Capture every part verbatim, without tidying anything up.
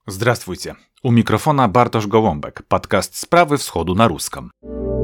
Здравствуйте. У микрофона Бартош Голомбек, подкаст «Справы всходу» на русском.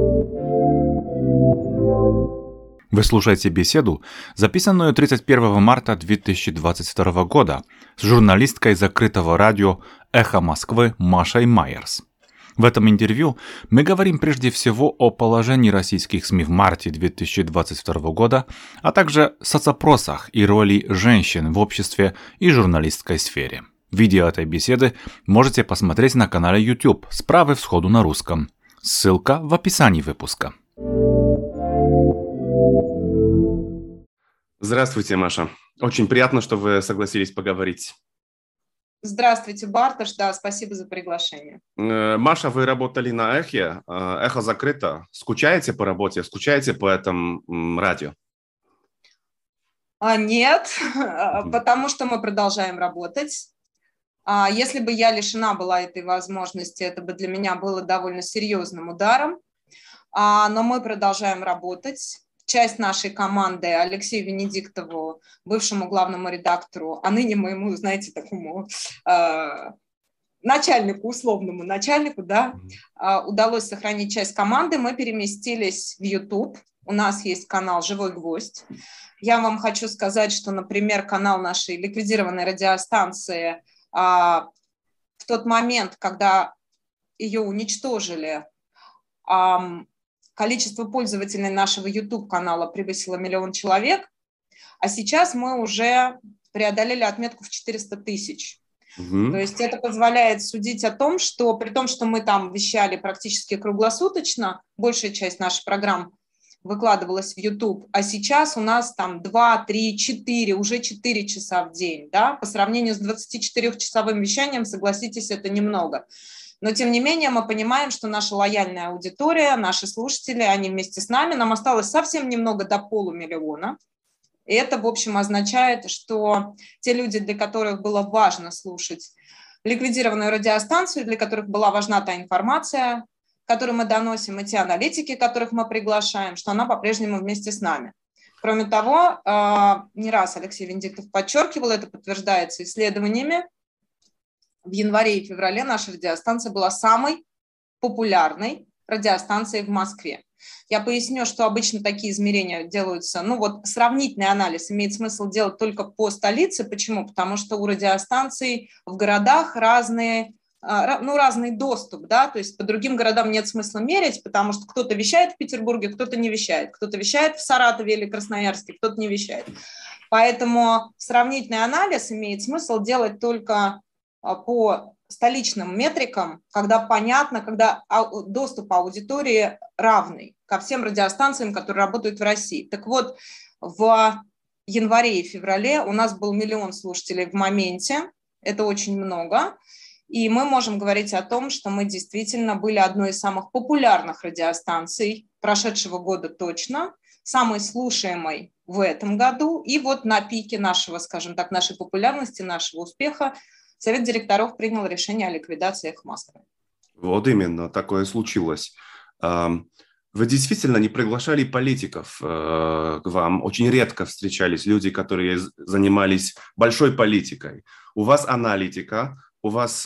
Вы слушаете беседу, записанную тридцать первого марта две тысячи двадцать второго года с журналисткой закрытого радио «Эхо Москвы» Машей Майерс. В этом интервью мы говорим прежде всего о положении российских СМИ в марте две тысячи двадцать второго года, а также соцопросах и роли женщин в обществе и журналистской сфере. Видео этой беседы можете посмотреть на канале YouTube «Справы всходу» на русском. Ссылка в описании выпуска. Здравствуйте, Маша. Очень приятно, что вы согласились поговорить. Здравствуйте, Бартош. Да, спасибо за приглашение. Маша, вы работали на Эхе. Эхо закрыто. Скучаете по работе? Скучаете по этому радио? А, нет, потому что мы продолжаем работать. А если бы я лишена была этой возможности, это бы для меня было довольно серьезным ударом. А, но мы продолжаем работать. Часть нашей команды Алексею Венедиктову, бывшему главному редактору, а ныне моему, знаете, такому э, начальнику, условному начальнику, да, э, удалось сохранить часть команды. Мы переместились в YouTube. У нас есть канал «Живой гвоздь». Я вам хочу сказать, что, например, канал нашей ликвидированной радиостанции э, в тот момент, когда ее уничтожили, э, количество пользователей нашего YouTube-канала превысило миллион человек, а сейчас мы уже преодолели отметку в четыреста тысяч. Угу. То есть это позволяет судить о том, что при том, что мы там вещали практически круглосуточно, большая часть наших программ выкладывалась в YouTube, а сейчас у нас там два, три, четыре, уже четыре часа в день, да, по сравнению с двадцатичетырёхчасовым вещанием, согласитесь, это немного. Но, тем не менее, мы понимаем, что наша лояльная аудитория, наши слушатели, они вместе с нами. Нам осталось совсем немного до полумиллиона. И это, в общем, означает, что те люди, для которых было важно слушать ликвидированную радиостанцию, для которых была важна та информация, которую мы доносим, и те аналитики, которых мы приглашаем, что она по-прежнему вместе с нами. Кроме того, не раз Алексей Венедиктов подчеркивал, это подтверждается исследованиями, в январе и феврале наша радиостанция была самой популярной радиостанцией в Москве. Я поясню, что обычно такие измерения делаются, ну вот сравнительный анализ имеет смысл делать только по столице. Почему? Потому что у радиостанций в городах разные, ну, разный доступ, да, то есть по другим городам нет смысла мерить, потому что кто-то вещает в Петербурге, кто-то не вещает, кто-то вещает в Саратове или Красноярске, кто-то не вещает. Поэтому сравнительный анализ имеет смысл делать только по столичным метрикам, когда понятно, когда доступ аудитории равный ко всем радиостанциям, которые работают в России. Так вот, в январе и феврале у нас был миллион слушателей в моменте, это очень много, и мы можем говорить о том, что мы действительно были одной из самых популярных радиостанций прошедшего года точно, самой слушаемой в этом году, и вот на пике нашего, скажем так, нашей популярности, нашего успеха Совет директоров принял решение о ликвидации «Эхо Москвы». Вот именно, такое случилось. Вы действительно не приглашали политиков к вам, очень редко встречались люди, которые занимались большой политикой. У вас аналитика, у вас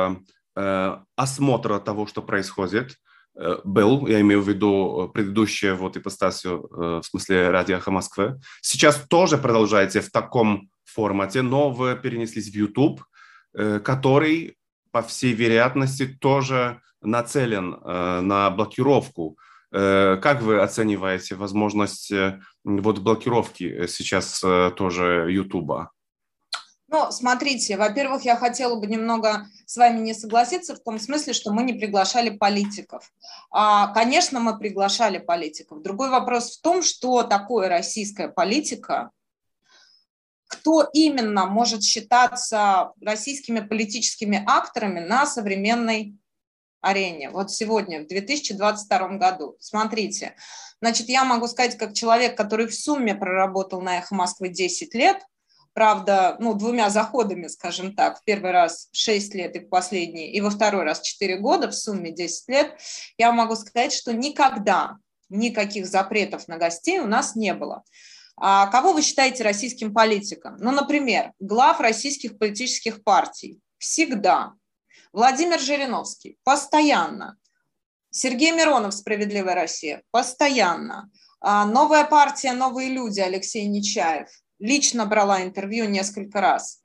осмотр того, что происходит, был, я имею в виду предыдущую вот ипостасию, в смысле радио «Эхо Москвы». Сейчас тоже продолжаете в таком формате, но вы перенеслись в YouTube, который, по всей вероятности, тоже нацелен на блокировку. Как вы оцениваете возможность вот блокировки сейчас тоже Ютуба? Ну, смотрите, во-первых, я хотела бы немного с вами не согласиться в том смысле, что мы не приглашали политиков. Конечно, мы приглашали политиков. Другой вопрос в том, что такое российская политика, кто именно может считаться российскими политическими акторами на современной арене. Вот сегодня, в две тысячи двадцать втором году. Смотрите, значит, я могу сказать, как человек, который в сумме проработал на «Эхо Москвы» десять лет, правда, ну, двумя заходами, скажем так, в первый раз шесть лет и в последний, и во второй раз четыре года, в сумме десять лет, я могу сказать, что никогда никаких запретов на гостей у нас не было. А кого вы считаете российским политиком? Ну, например, глав российских политических партий всегда Владимир Жириновский постоянно. Сергей Миронов, «Справедливая Россия», постоянно. Новая партия, новые люди, Алексей Нечаев. Лично брала интервью несколько раз.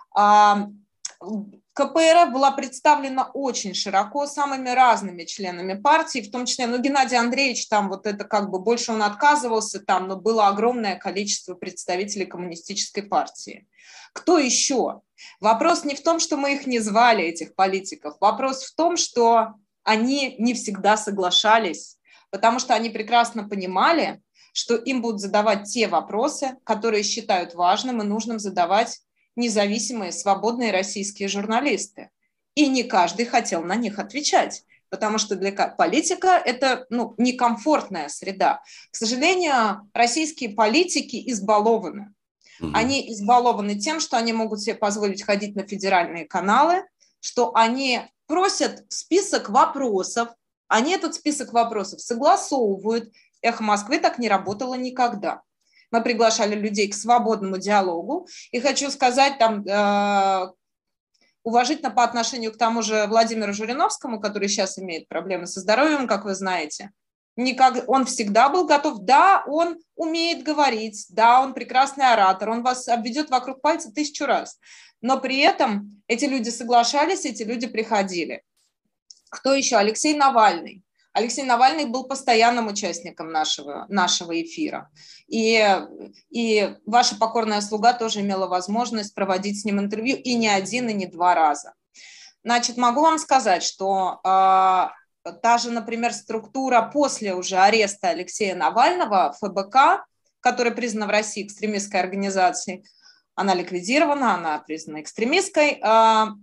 КПРФ была представлена очень широко, самыми разными членами партии, в том числе, ну, Геннадий Андреевич, там вот это как бы больше он отказывался, там, но было огромное количество представителей коммунистической партии. Кто еще? Вопрос не в том, что мы их не звали, этих политиков, вопрос в том, что они не всегда соглашались, потому что они прекрасно понимали, что им будут задавать те вопросы, которые считают важным и нужным задавать независимые, свободные российские журналисты. И не каждый хотел на них отвечать, потому что для политика это, ну, некомфортная среда. К сожалению, российские политики избалованы. Угу. Они избалованы тем, что они могут себе позволить ходить на федеральные каналы, что они просят список вопросов, они этот список вопросов согласовывают. «Эхо Москвы» так не работало никогда. Мы приглашали людей к свободному диалогу. И хочу сказать, там, э, уважительно по отношению к тому же Владимиру Жириновскому, который сейчас имеет проблемы со здоровьем, как вы знаете, никак, он всегда был готов. Да, он умеет говорить, да, он прекрасный оратор, он вас обведет вокруг пальца тысячу раз. Но при этом эти люди соглашались, эти люди приходили. Кто еще? Алексей Навальный. Алексей Навальный был постоянным участником нашего, нашего эфира. И, и ваша покорная слуга тоже имела возможность проводить с ним интервью и не один, и не два раза. Значит, могу вам сказать, что э, та же, например, структура после уже ареста Алексея Навального, ФБК, которая признана в России экстремистской организацией, она ликвидирована, она признана экстремистской. Э,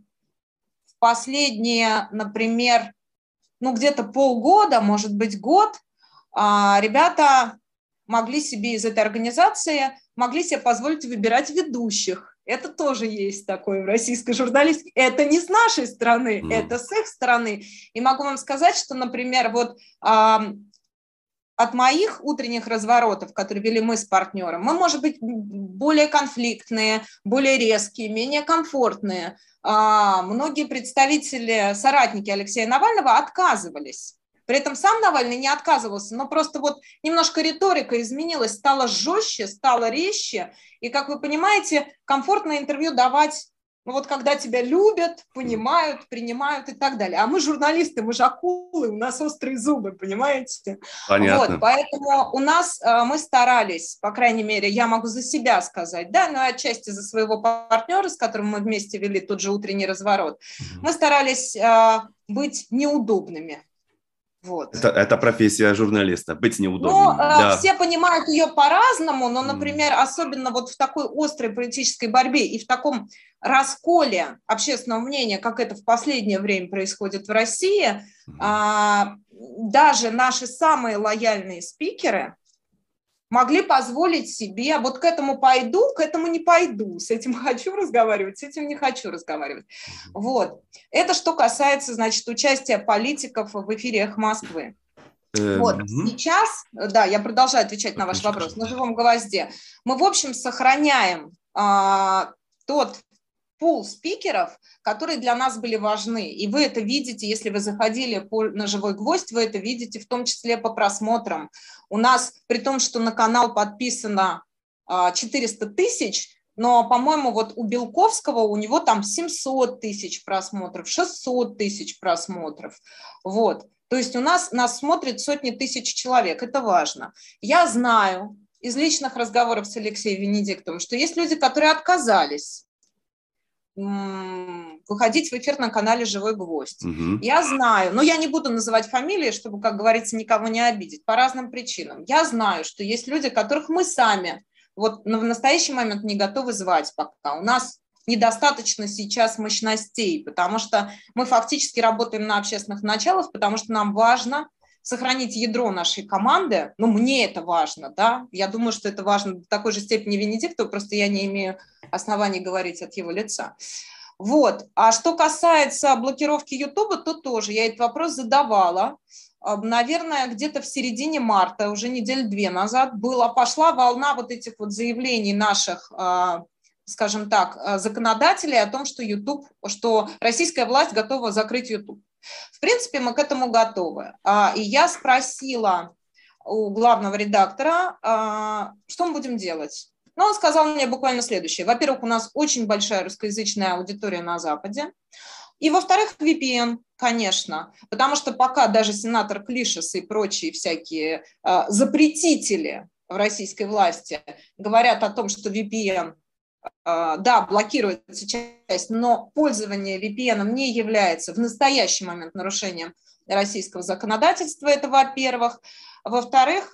в последние, например, ну, где-то полгода, может быть, год, ребята могли себе из этой организации, могли себе позволить выбирать ведущих. Это тоже есть такое в российской журналистике. Это не с нашей стороны, mm. это с их стороны. И могу вам сказать, что, например, вот от моих утренних разворотов, которые вели мы с партнером, мы, может быть, более конфликтные, более резкие, менее комфортные. А, многие представители, соратники Алексея Навального отказывались. При этом сам Навальный не отказывался, но просто вот немножко риторика изменилась, стала жестче, стала резче. И, как вы понимаете, комфортное интервью давать, ну вот когда тебя любят, понимают, принимают и так далее. А мы журналисты, мы же акулы, у нас острые зубы, понимаете? Понятно. Вот, поэтому у нас мы старались, по крайней мере, я могу за себя сказать, да, но отчасти за своего партнера, с которым мы вместе вели тот же утренний разворот, мы старались быть неудобными. Вот. Это, это профессия журналиста, быть неудобным. Ну, да. Все понимают ее по-разному, но, например, mm. особенно вот в такой острой политической борьбе и в таком расколе общественного мнения, как это в последнее время происходит в России, mm. а, даже наши самые лояльные спикеры могли позволить себе, вот к этому пойду, к этому не пойду, с этим хочу разговаривать, с этим не хочу разговаривать. Вот. Это что касается, значит, участия политиков в эфире «Эхо Москвы». Вот. Сейчас, да, я продолжаю отвечать на ваш вопрос, на живом гвозде. Мы, в общем, сохраняем а, тот пул спикеров, которые для нас были важны. И вы это видите, если вы заходили на «Живой гвоздь», вы это видите в том числе по просмотрам. У нас, при том, что на канал подписано четыреста тысяч, но, по-моему, вот у Белковского у него там семьсот тысяч просмотров, шестьсот тысяч просмотров. Вот. То есть у нас, нас смотрит сотни тысяч человек, это важно. Я знаю из личных разговоров с Алексеем Венедиктовым, что есть люди, которые отказались выходить в эфир на канале «Живой гвоздь». Угу. Я знаю, но я не буду называть фамилии, чтобы, как говорится, никого не обидеть, по разным причинам. Я знаю, что есть люди, которых мы сами вот в настоящий момент не готовы звать пока. У нас недостаточно сейчас мощностей, потому что мы фактически работаем на общественных началах, потому что нам важно сохранить ядро нашей команды. Ну, мне это важно, да. Я думаю, что это важно до такой же степени Венедиктову, просто я не имею оснований говорить от его лица. Вот. А что касается блокировки Ютуба, то тоже я этот вопрос задавала. Наверное, где-то в середине марта, уже недель две назад, была, пошла волна вот этих вот заявлений наших скажем так, законодателей о том, что YouTube, что российская власть готова закрыть YouTube. В принципе, мы к этому готовы. И я спросила у главного редактора, что мы будем делать. Но он сказал мне буквально следующее. Во-первых, у нас очень большая русскоязычная аудитория на Западе. И, во-вторых, ви пи эн, конечно. Потому что пока даже сенатор Клишес и прочие всякие запретители в российской власти говорят о том, что ви пи эн, да, блокируется часть, но пользование ви пи эн не является в настоящий момент нарушением российского законодательства, это во-первых. Во-вторых,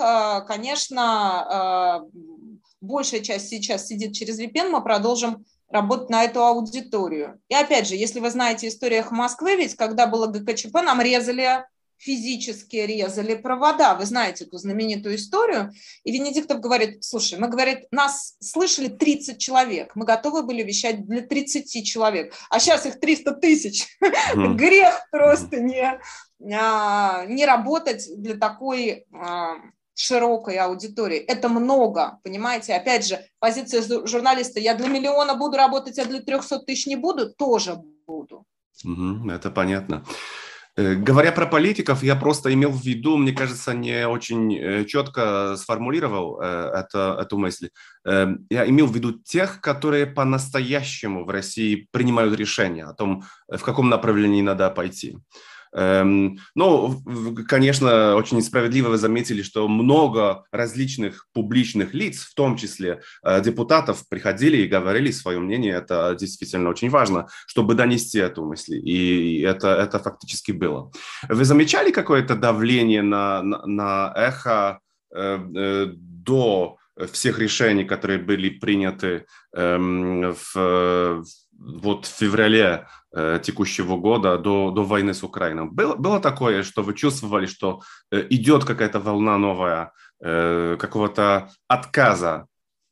конечно, большая часть сейчас сидит через ви пи эн, мы продолжим работать на эту аудиторию. И опять же, если вы знаете историю Москвы, ведь когда было гэ ка че пэ, нам резали, физически резали провода. Вы знаете эту знаменитую историю. И Венедиктов говорит, слушай, мы, говорит, нас слышали тридцать человек, мы готовы были вещать для тридцати человек, а сейчас их триста тысяч. Mm. Грех просто не, не работать для такой широкой аудитории. Это много, понимаете? Опять же, позиция журналиста, я для миллиона буду работать, а для трехсот тысяч не буду, тоже буду. Mm-hmm, это понятно. Говоря про политиков, я просто имел в виду, мне кажется, не очень четко сформулировал это, эту мысль. Я имел в виду тех, которые по-настоящему в России принимают решения о том, в каком направлении надо пойти. Ну, конечно, очень справедливо вы заметили, что много различных публичных лиц, в том числе депутатов, приходили и говорили свое мнение. Это действительно очень важно, чтобы донести эту мысль. И это, это фактически было. Вы замечали какое-то давление на, на, на эхо э, э, до всех решений, которые были приняты э, в, вот, в феврале э, текущего года до, до войны с Украиной? Было, было такое, что вы чувствовали, что э, идет какая-то волна новая, э, какого-то отказа?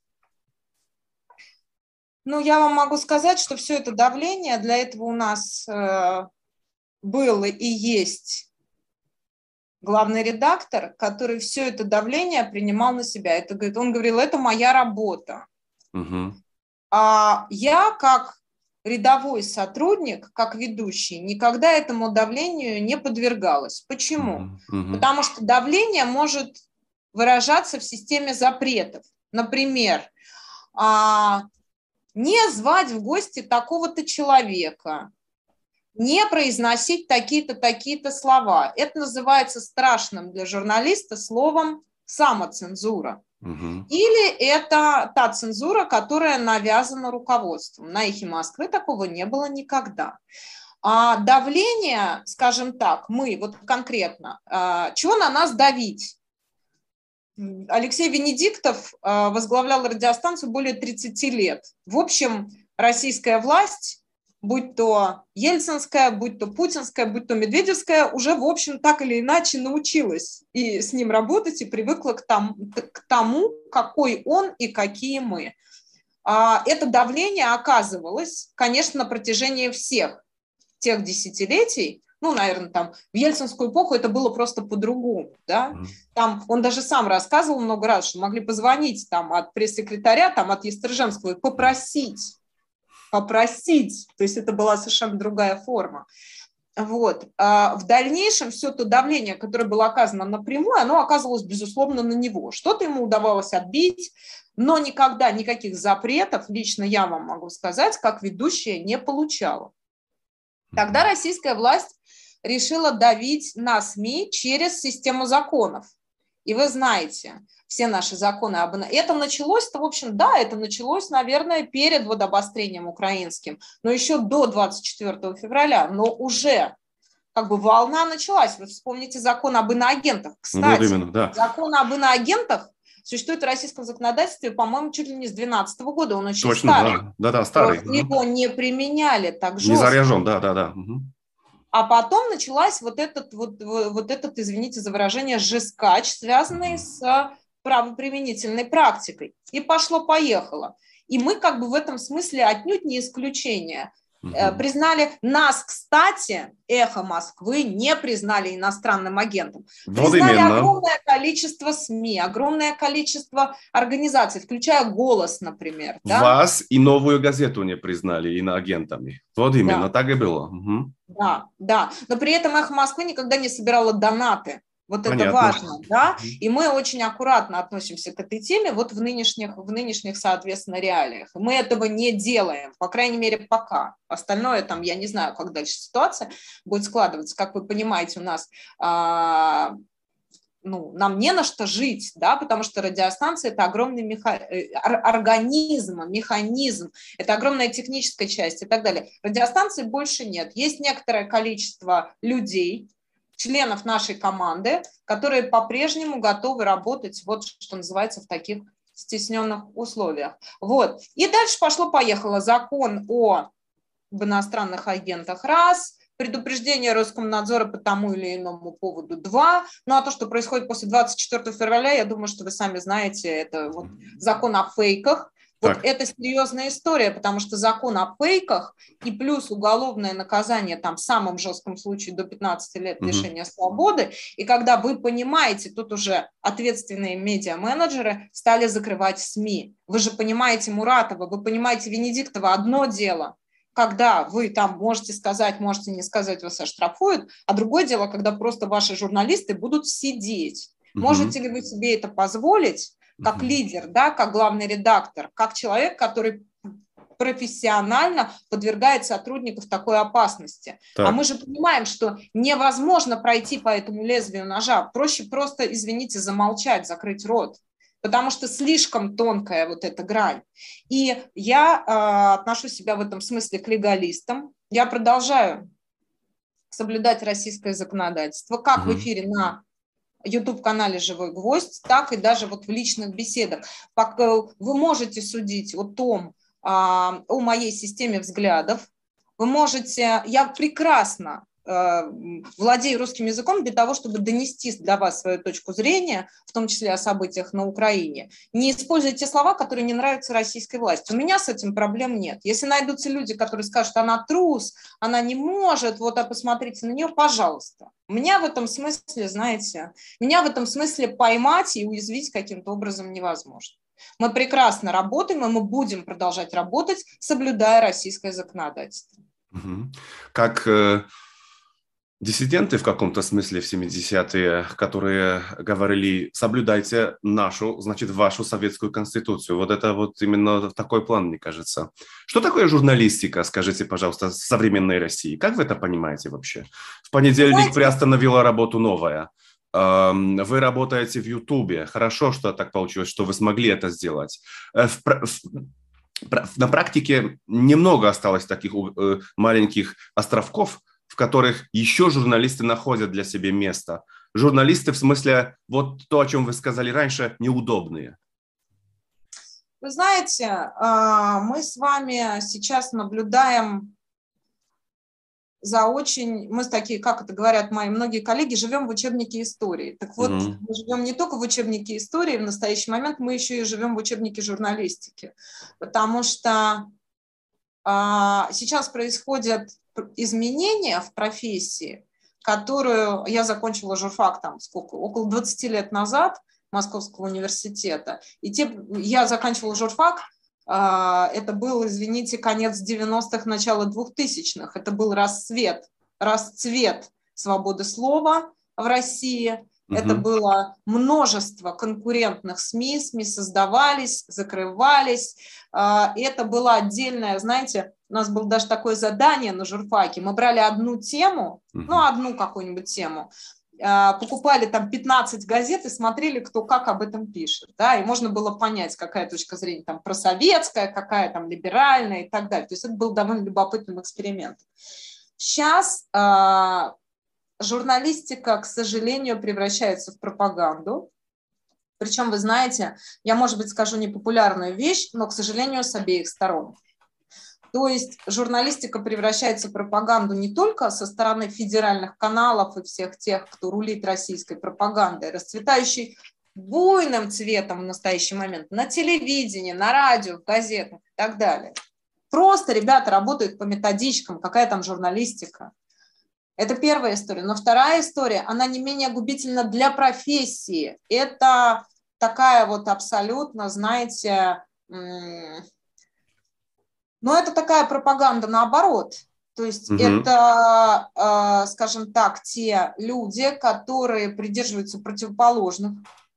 Ну, я вам могу сказать, что все это давление, для этого у нас э, было и есть главный редактор, который все это давление принимал на себя. Это, он говорил, это моя работа. Угу. А я, как рядовой сотрудник, как ведущий, никогда этому давлению не подвергалась. Почему? Угу. Потому что давление может выражаться в системе запретов. Например, а, не звать в гости такого-то человека, не произносить такие-то, такие-то слова. Это называется страшным для журналиста словом самоцензура. Угу. Или это та цензура, которая навязана руководством. На «Эхе Москвы» такого не было никогда. А давление, скажем так, мы, вот конкретно, чего на нас давить? Алексей Венедиктов возглавлял радиостанцию более тридцати лет. В общем, российская власть, будь то ельцинская, будь то путинская, будь то медведевская, уже, в общем, так или иначе научилась и с ним работать, и привыкла к тому, к тому, какой он и какие мы. Это давление оказывалось, конечно, на протяжении всех тех десятилетий. Ну, наверное, там в ельцинскую эпоху это было просто по-другому, да. Там он даже сам рассказывал много раз, что могли позвонить там от пресс-секретаря, там от Естржемского и попросить, попросить, то есть это была совершенно другая форма. Вот. А в дальнейшем все то давление, которое было оказано напрямую, оно оказывалось, безусловно, на него. Что-то ему удавалось отбить, но никогда никаких запретов, лично я вам могу сказать, как ведущая, не получала. Тогда российская власть решила давить на СМИ через систему законов. И вы знаете, все наши законы об... Это началось-то, в общем, да, это началось, наверное, перед вот обострением украинским, но еще до двадцать четвёртого февраля, но уже как бы волна началась. Вы вспомните закон об иноагентах. Кстати, вот именно, да. Закон об иноагентах существует в российском законодательстве, по-моему, чуть ли не с две тысячи двенадцатого года, он очень Точно, старый. Да, да, да старый. Его угу. не применяли так жестко. Не заряжен, да, да, да. Угу. А потом началась вот этот, вот, вот этот, извините за выражение, жескач, связанный с правоприменительной практикой. И пошло-поехало. И мы как бы в этом смысле отнюдь не исключение. Угу. Признали нас, кстати, «Эхо Москвы» не признали иностранным агентом. Вот признали именно. огромное количество СМИ, огромное количество организаций, включая «Голос», например. Да? Вас и «Новую газету» не признали иноагентами. Вот именно, да. Так и было. Угу. Да, да. Но при этом «Эхо Москвы» никогда не собирало донаты. Вот Понятно. Это важно, да, и мы очень аккуратно относимся к этой теме вот в нынешних, в нынешних, соответственно, реалиях. Мы этого не делаем, по крайней мере, пока. Остальное там, я не знаю, как дальше ситуация будет складываться. Как вы понимаете, у нас, а, ну, нам не на что жить, да, потому что радиостанция – это огромный меха... организм, механизм, это огромная техническая часть и так далее. Радиостанции больше нет. Есть некоторое количество людей, членов нашей команды, которые по-прежнему готовы работать, вот что называется, в таких стесненных условиях. Вот. И дальше пошло-поехало. Закон о об иностранных агентах раз, предупреждение Роскомнадзора по тому или иному поводу два. Ну а то, что происходит после двадцать четвёртого февраля, я думаю, что вы сами знаете, это вот закон о фейках. Вот так. Это серьезная история, потому что закон о фейках и плюс уголовное наказание там в самом жестком случае до пятнадцати лет лишения угу. свободы. И когда вы понимаете, тут уже ответственные медиа-менеджеры стали закрывать СМИ. Вы же понимаете Муратова, вы понимаете Венедиктова, одно дело, когда вы там можете сказать, можете не сказать, вас оштрафуют, а другое дело, когда просто ваши журналисты будут сидеть. Угу. Можете ли вы себе это позволить? Как uh-huh. лидер, да, как главный редактор, как человек, который профессионально подвергает сотрудников такой опасности. Так. А мы же понимаем, что невозможно пройти по этому лезвию ножа. Проще просто, извините, замолчать, закрыть рот, потому что слишком тонкая вот эта грань. И я э, отношу себя в этом смысле к легалистам. Я продолжаю соблюдать российское законодательство, как uh-huh. в эфире на YouTube-канале «Живой гвоздь», так и даже вот в личных беседах. Вы можете судить о том, о моей системе взглядов. Вы можете, я прекрасно владею русским языком для того, чтобы донести для вас свою точку зрения, в том числе о событиях на Украине. Не используйте слова, которые не нравятся российской власти. У меня с этим проблем нет. Если найдутся люди, которые скажут, что она трус, она не может, вот, а посмотрите на нее, пожалуйста. У меня в этом смысле, знаете, меня в этом смысле поймать и уязвить каким-то образом невозможно. Мы прекрасно работаем, и мы будем продолжать работать, соблюдая российское законодательство. Как диссиденты в каком-то смысле в семидесятые, которые говорили, соблюдайте нашу, значит, вашу советскую конституцию. Вот это вот именно такой план, мне кажется. Что такое журналистика, скажите, пожалуйста, в современной России? Как вы это понимаете вообще? В понедельник Знаете... приостановила работу новая. Вы работаете в Ютубе. Хорошо, что так получилось, что вы смогли это сделать. В... На практике немного осталось таких маленьких островков, в которых еще журналисты находят для себя место. Журналисты в смысле, вот то, о чем вы сказали раньше, неудобные. Вы знаете, мы с вами сейчас наблюдаем за очень, мы такие, как это говорят мои многие коллеги, живем в учебнике истории. Так вот, mm-hmm. мы живем не только в учебнике истории, в настоящий момент мы еще и живем в учебнике журналистики, потому что а, сейчас происходят изменения в профессии, которую я закончила журфак там сколько, около двадцати лет назад Московского университета, и те, я заканчивала журфак. Это был, извините, конец девяностых, начало двухтысячных. Это был расцвет, расцвет свободы слова в России. Угу. Это было множество конкурентных СМИ. СМИ создавались, закрывались. Это было отдельное, знаете, у нас было даже такое задание на журфаке. Мы брали одну тему, угу. ну, одну какую-нибудь тему, покупали там пятнадцать газет и смотрели, кто как об этом пишет, да, и можно было понять, какая точка зрения там просоветская, какая там либеральная и так далее. То есть это был довольно любопытным экспериментом. Сейчас э, журналистика, к сожалению, превращается в пропаганду. Причем, вы знаете, я, может быть, скажу непопулярную вещь, но, к сожалению, с обеих сторон. То есть журналистика превращается в пропаганду не только со стороны федеральных каналов и всех тех, кто рулит российской пропагандой, расцветающей буйным цветом в настоящий момент на телевидении, на радио, в газетах и так далее. Просто ребята работают по методичкам, какая там журналистика. Это первая история. Но вторая история, она не менее губительна для профессии. Это такая вот абсолютно, знаете, ну, это такая пропаганда наоборот. То есть угу. это, скажем так, те люди, которые придерживаются противоположных,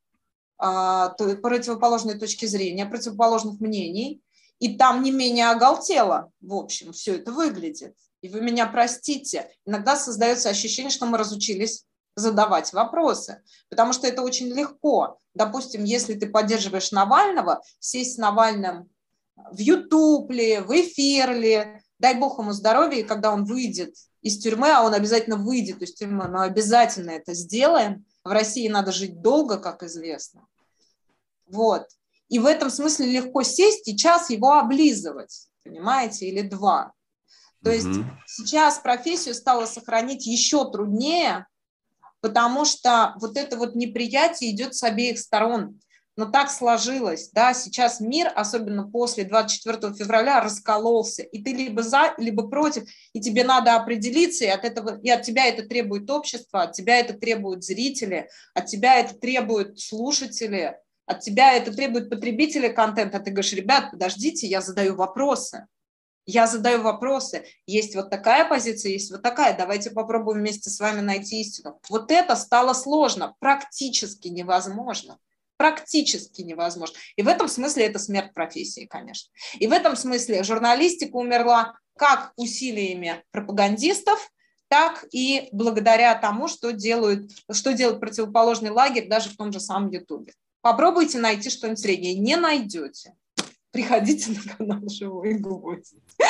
противоположной точки зрения, противоположных мнений, и там не менее оголтело, в общем, все это выглядит. И вы меня простите, иногда создается ощущение, что мы разучились задавать вопросы, потому что это очень легко. Допустим, если ты поддерживаешь Навального, сесть с Навальным в YouTube ли, в эфир ли, дай бог ему здоровья, и когда он выйдет из тюрьмы, а он обязательно выйдет из тюрьмы, но обязательно это сделаем. В России надо жить долго, как известно. Вот. И в этом смысле легко сесть и час его облизывать, понимаете, или два. То есть mm-hmm. сейчас профессию стало сохранить еще труднее, потому что вот это вот неприятие идет с обеих сторон. Но так сложилось, да, сейчас мир, особенно после двадцать четвёртого февраля, раскололся, и ты либо за, либо против, и тебе надо определиться, и от этого, и от тебя это требует общество, от тебя это требуют зрители, от тебя это требуют слушатели, от тебя это требуют потребители контента. Ты говоришь: ребят, подождите, я задаю вопросы. Я задаю вопросы. Есть вот такая позиция, есть вот такая. Давайте попробуем вместе с вами найти истину. Вот это стало сложно, практически невозможно. Практически невозможно. И в этом смысле это смерть профессии, конечно. И в этом смысле журналистика умерла как усилиями пропагандистов, так и благодаря тому, что делают, что делает противоположный лагерь даже в том же самом Ютубе. Попробуйте найти что-нибудь среднее. Не найдете. Приходите на канал «Живой гвоздь».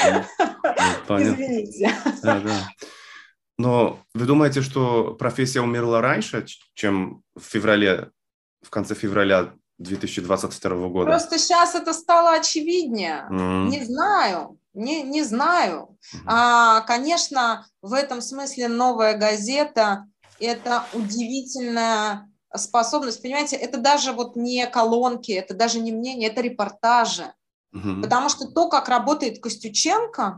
Извините. Да, да. Но вы думаете, что профессия умерла раньше, чем в феврале, в конце февраля две тысячи двадцать второго года? Просто сейчас это стало очевиднее. Mm. Не знаю, не, не знаю. Mm. А, конечно, в этом смысле «Новая газета» – это удивительная способность, понимаете, это даже вот не колонки, это даже не мнение, это репортажи. Mm-hmm. Потому что то, как работает Костюченко,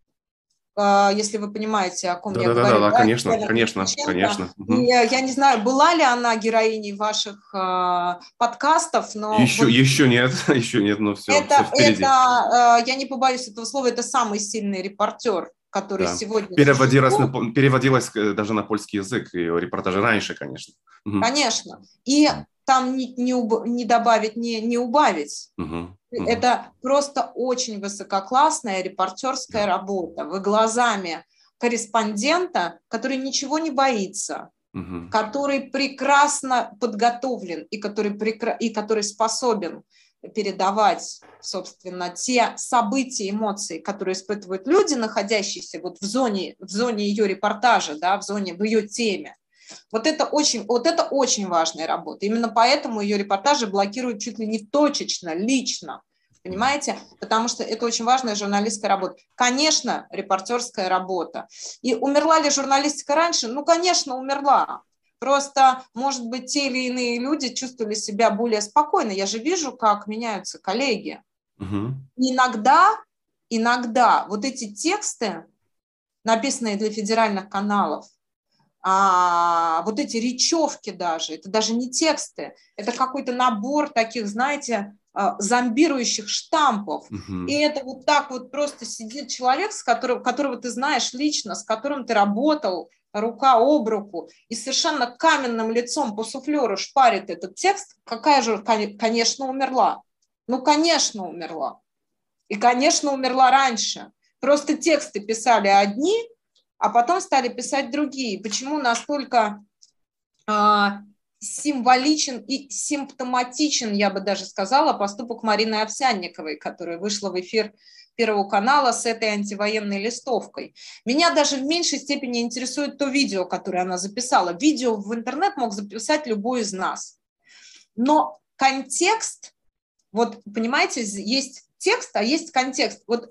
э, если вы понимаете, о ком да, я да, говорю. Да, да, да, конечно, конечно, конечно. Mm-hmm. И, я не знаю, была ли она героиней ваших э, подкастов, но... Еще, вот еще нет, еще нет, но все, это, все впереди. Это, э, я не побоюсь этого слова, это самый сильный репортер, который да. сегодня... Переводилась, на, переводилась даже на польский язык, ее репортажи раньше, конечно. Угу. Конечно. И там не, не, уб, не добавить, не, не убавить. Угу. Угу. Это просто очень высококлассная репортерская да. работа. Вы глазами корреспондента, который ничего не боится, угу. который прекрасно подготовлен и который, прекра... и который способен передавать, собственно, те события, эмоции, которые испытывают люди, находящиеся вот в зоне, в зоне ее репортажа, да, в зоне, в ее теме. Вот это очень, вот это очень важная работа. Именно поэтому ее репортажи блокируют чуть ли не точечно, лично. Понимаете? Потому что это очень важная журналистская работа. Конечно, репортерская работа. И умерла ли журналистика раньше? Ну, конечно, умерла. Просто, может быть, те или иные люди чувствовали себя более спокойно. Я же вижу, как меняются коллеги. Угу. Иногда, иногда вот эти тексты, написанные для федеральных каналов, а, вот эти речевки даже, это даже не тексты, это какой-то набор таких, знаете, зомбирующих штампов. Угу. И это вот так вот просто сидит человек, с которым, которого ты знаешь лично, с которым ты работал, рука об руку, и совершенно каменным лицом по суфлеру шпарит этот текст, какая же, конечно, умерла. Ну, конечно, умерла. И, конечно, умерла раньше. Просто тексты писали одни, а потом стали писать другие. Почему настолько э, символичен и симптоматичен, я бы даже сказала, поступок Марины Овсянниковой, которая вышла в эфир Первого канала с этой антивоенной листовкой. Меня даже в меньшей степени интересует то видео, которое она записала. Видео в интернет мог записать любой из нас. Но контекст, вот понимаете, есть текст, а есть контекст. Вот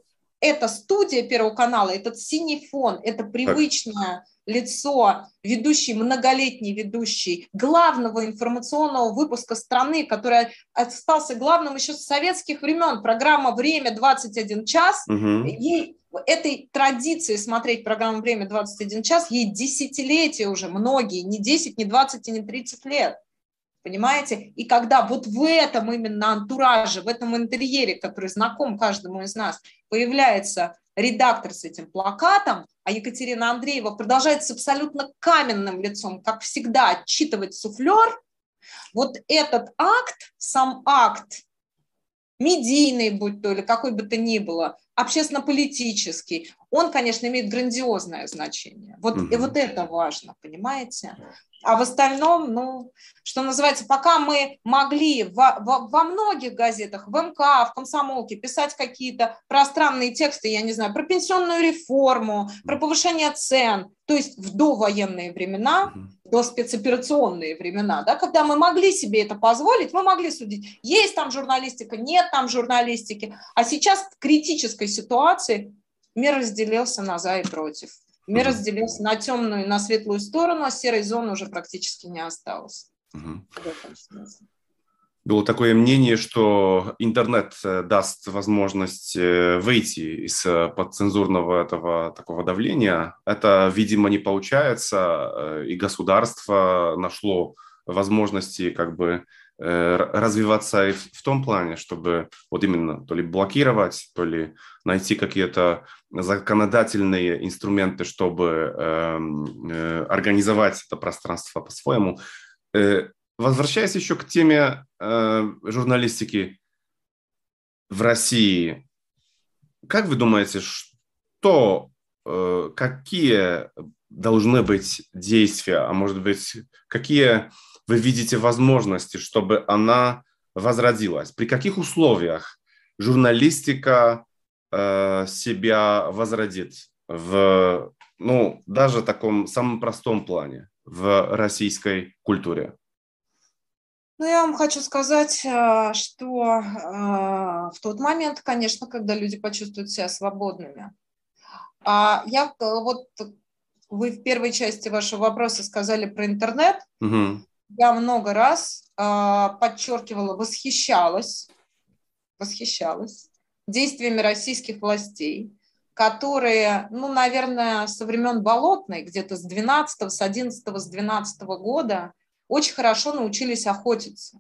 эта студия Первого канала, этот синий фон, это привычное лицо, ведущий, многолетний ведущий главного информационного выпуска страны, который остался главным еще с советских времен. Программа «Время двадцать один час». Угу. Ей, этой традиции смотреть программу «Время двадцать один час», ей десятилетия уже, многие, не десять, не двадцать и не тридцать лет. Понимаете? И когда вот в этом именно антураже, в этом интерьере, который знаком каждому из нас, появляется редактор с этим плакатом, а Екатерина Андреева продолжает с абсолютно каменным лицом, как всегда, отчитывать суфлер, вот этот акт, сам акт, медийный, будь то или какой бы то ни было, общественно-политический, он, конечно, имеет грандиозное значение. Вот, Угу. и вот это важно, понимаете? А в остальном, ну, что называется, пока мы могли во, во, во многих газетах, в эм ка, в «Комсомолке» писать какие-то пространные тексты, я не знаю, про пенсионную реформу, про повышение цен, то есть в довоенные времена, до спецоперационные времена, да, когда мы могли себе это позволить, мы могли судить, есть там журналистика, нет там журналистики, а сейчас в критической ситуации мир разделился на за и против. Мир разделился на темную и на светлую сторону, а серой зоны уже практически не осталось. Угу. В этом смысле. Было такое мнение, что интернет даст возможность выйти из подцензурного этого такого давления. Это, видимо, не получается, и государство нашло возможности как бы развиваться и в том плане, чтобы вот именно то ли блокировать, то ли найти какие-то законодательные инструменты, чтобы э, э, организовать это пространство по-своему. Э, возвращаясь еще к теме э, журналистики в России, как вы думаете, что, э, какие должны быть действия, а может быть, какие вы видите возможности, чтобы она возродилась? При каких условиях журналистика э, себя возродит в, ну, даже таком самом простом плане в российской культуре? Ну, я вам хочу сказать, что в тот момент, конечно, когда люди почувствуют себя свободными. А я вот, вы в первой части вашего вопроса сказали про интернет. Угу. Я много раз э, подчеркивала, восхищалась, восхищалась действиями российских властей, которые, ну, наверное, со времен Болотной, где-то с двенадцатого, с одиннадцатого, с двенадцатого года очень хорошо научились охотиться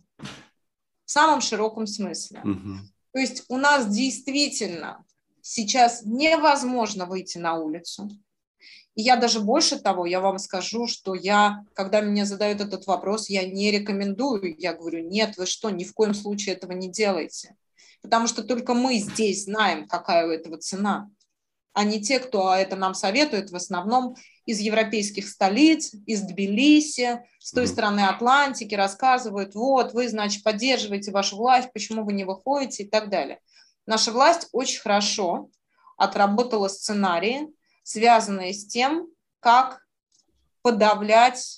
в самом широком смысле. Угу. То есть у нас действительно сейчас невозможно выйти на улицу. И я даже больше того, я вам скажу, что я, когда мне задают этот вопрос, я не рекомендую, я говорю, нет, вы что, ни в коем случае этого не делайте. Потому что только мы здесь знаем, какая у этого цена, а не те, кто это нам советует, в основном из европейских столиц, из Тбилиси, с той стороны Атлантики, рассказывают, вот, вы, значит, поддерживаете вашу власть, почему вы не выходите и так далее. Наша власть очень хорошо отработала сценарии, связанные с тем, как подавлять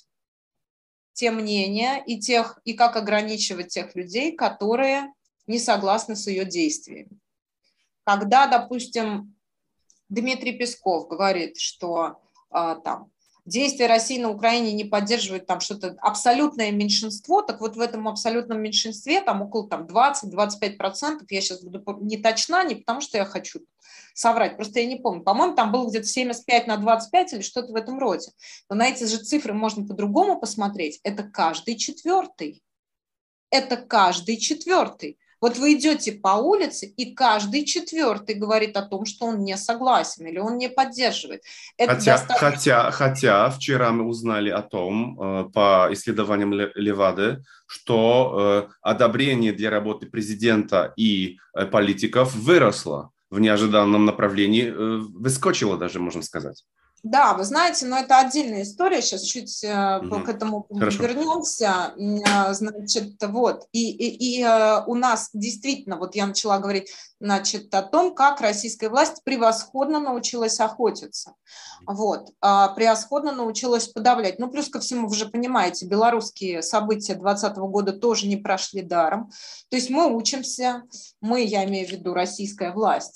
те мнения и, тех, и как ограничивать тех людей, которые не согласны с ее действиями. Когда, допустим, Дмитрий Песков говорит, что а, там, действия России на Украине не поддерживают там что-то абсолютное меньшинство, так вот в этом абсолютном меньшинстве там около там, двадцать-двадцать пять процентов, я сейчас буду не точна, не потому что я хочу соврать, просто я не помню, по-моему, там было где-то семьдесят пять на двадцать пять или что-то в этом роде. Но на эти же цифры можно по-другому посмотреть. Это каждый четвертый. Это каждый четвертый. Вот вы идете по улице, и каждый четвертый говорит о том, что он не согласен или он не поддерживает. Это хотя, достаточно... хотя, хотя вчера мы узнали о том, э, по исследованиям Левады, что э, одобрение для работы президента и э, политиков выросло в неожиданном направлении, э, выскочило даже, можно сказать. Да, вы знаете, но это отдельная история, сейчас чуть угу. к этому Хорошо. вернемся. Значит, вот, и, и, и у нас действительно, вот я начала говорить, значит, о том, как российская власть превосходно научилась охотиться, вот, превосходно научилась подавлять. Ну, плюс ко всему, вы же понимаете, белорусские события двадцатого года тоже не прошли даром, то есть мы учимся, мы, я имею в виду российская власть,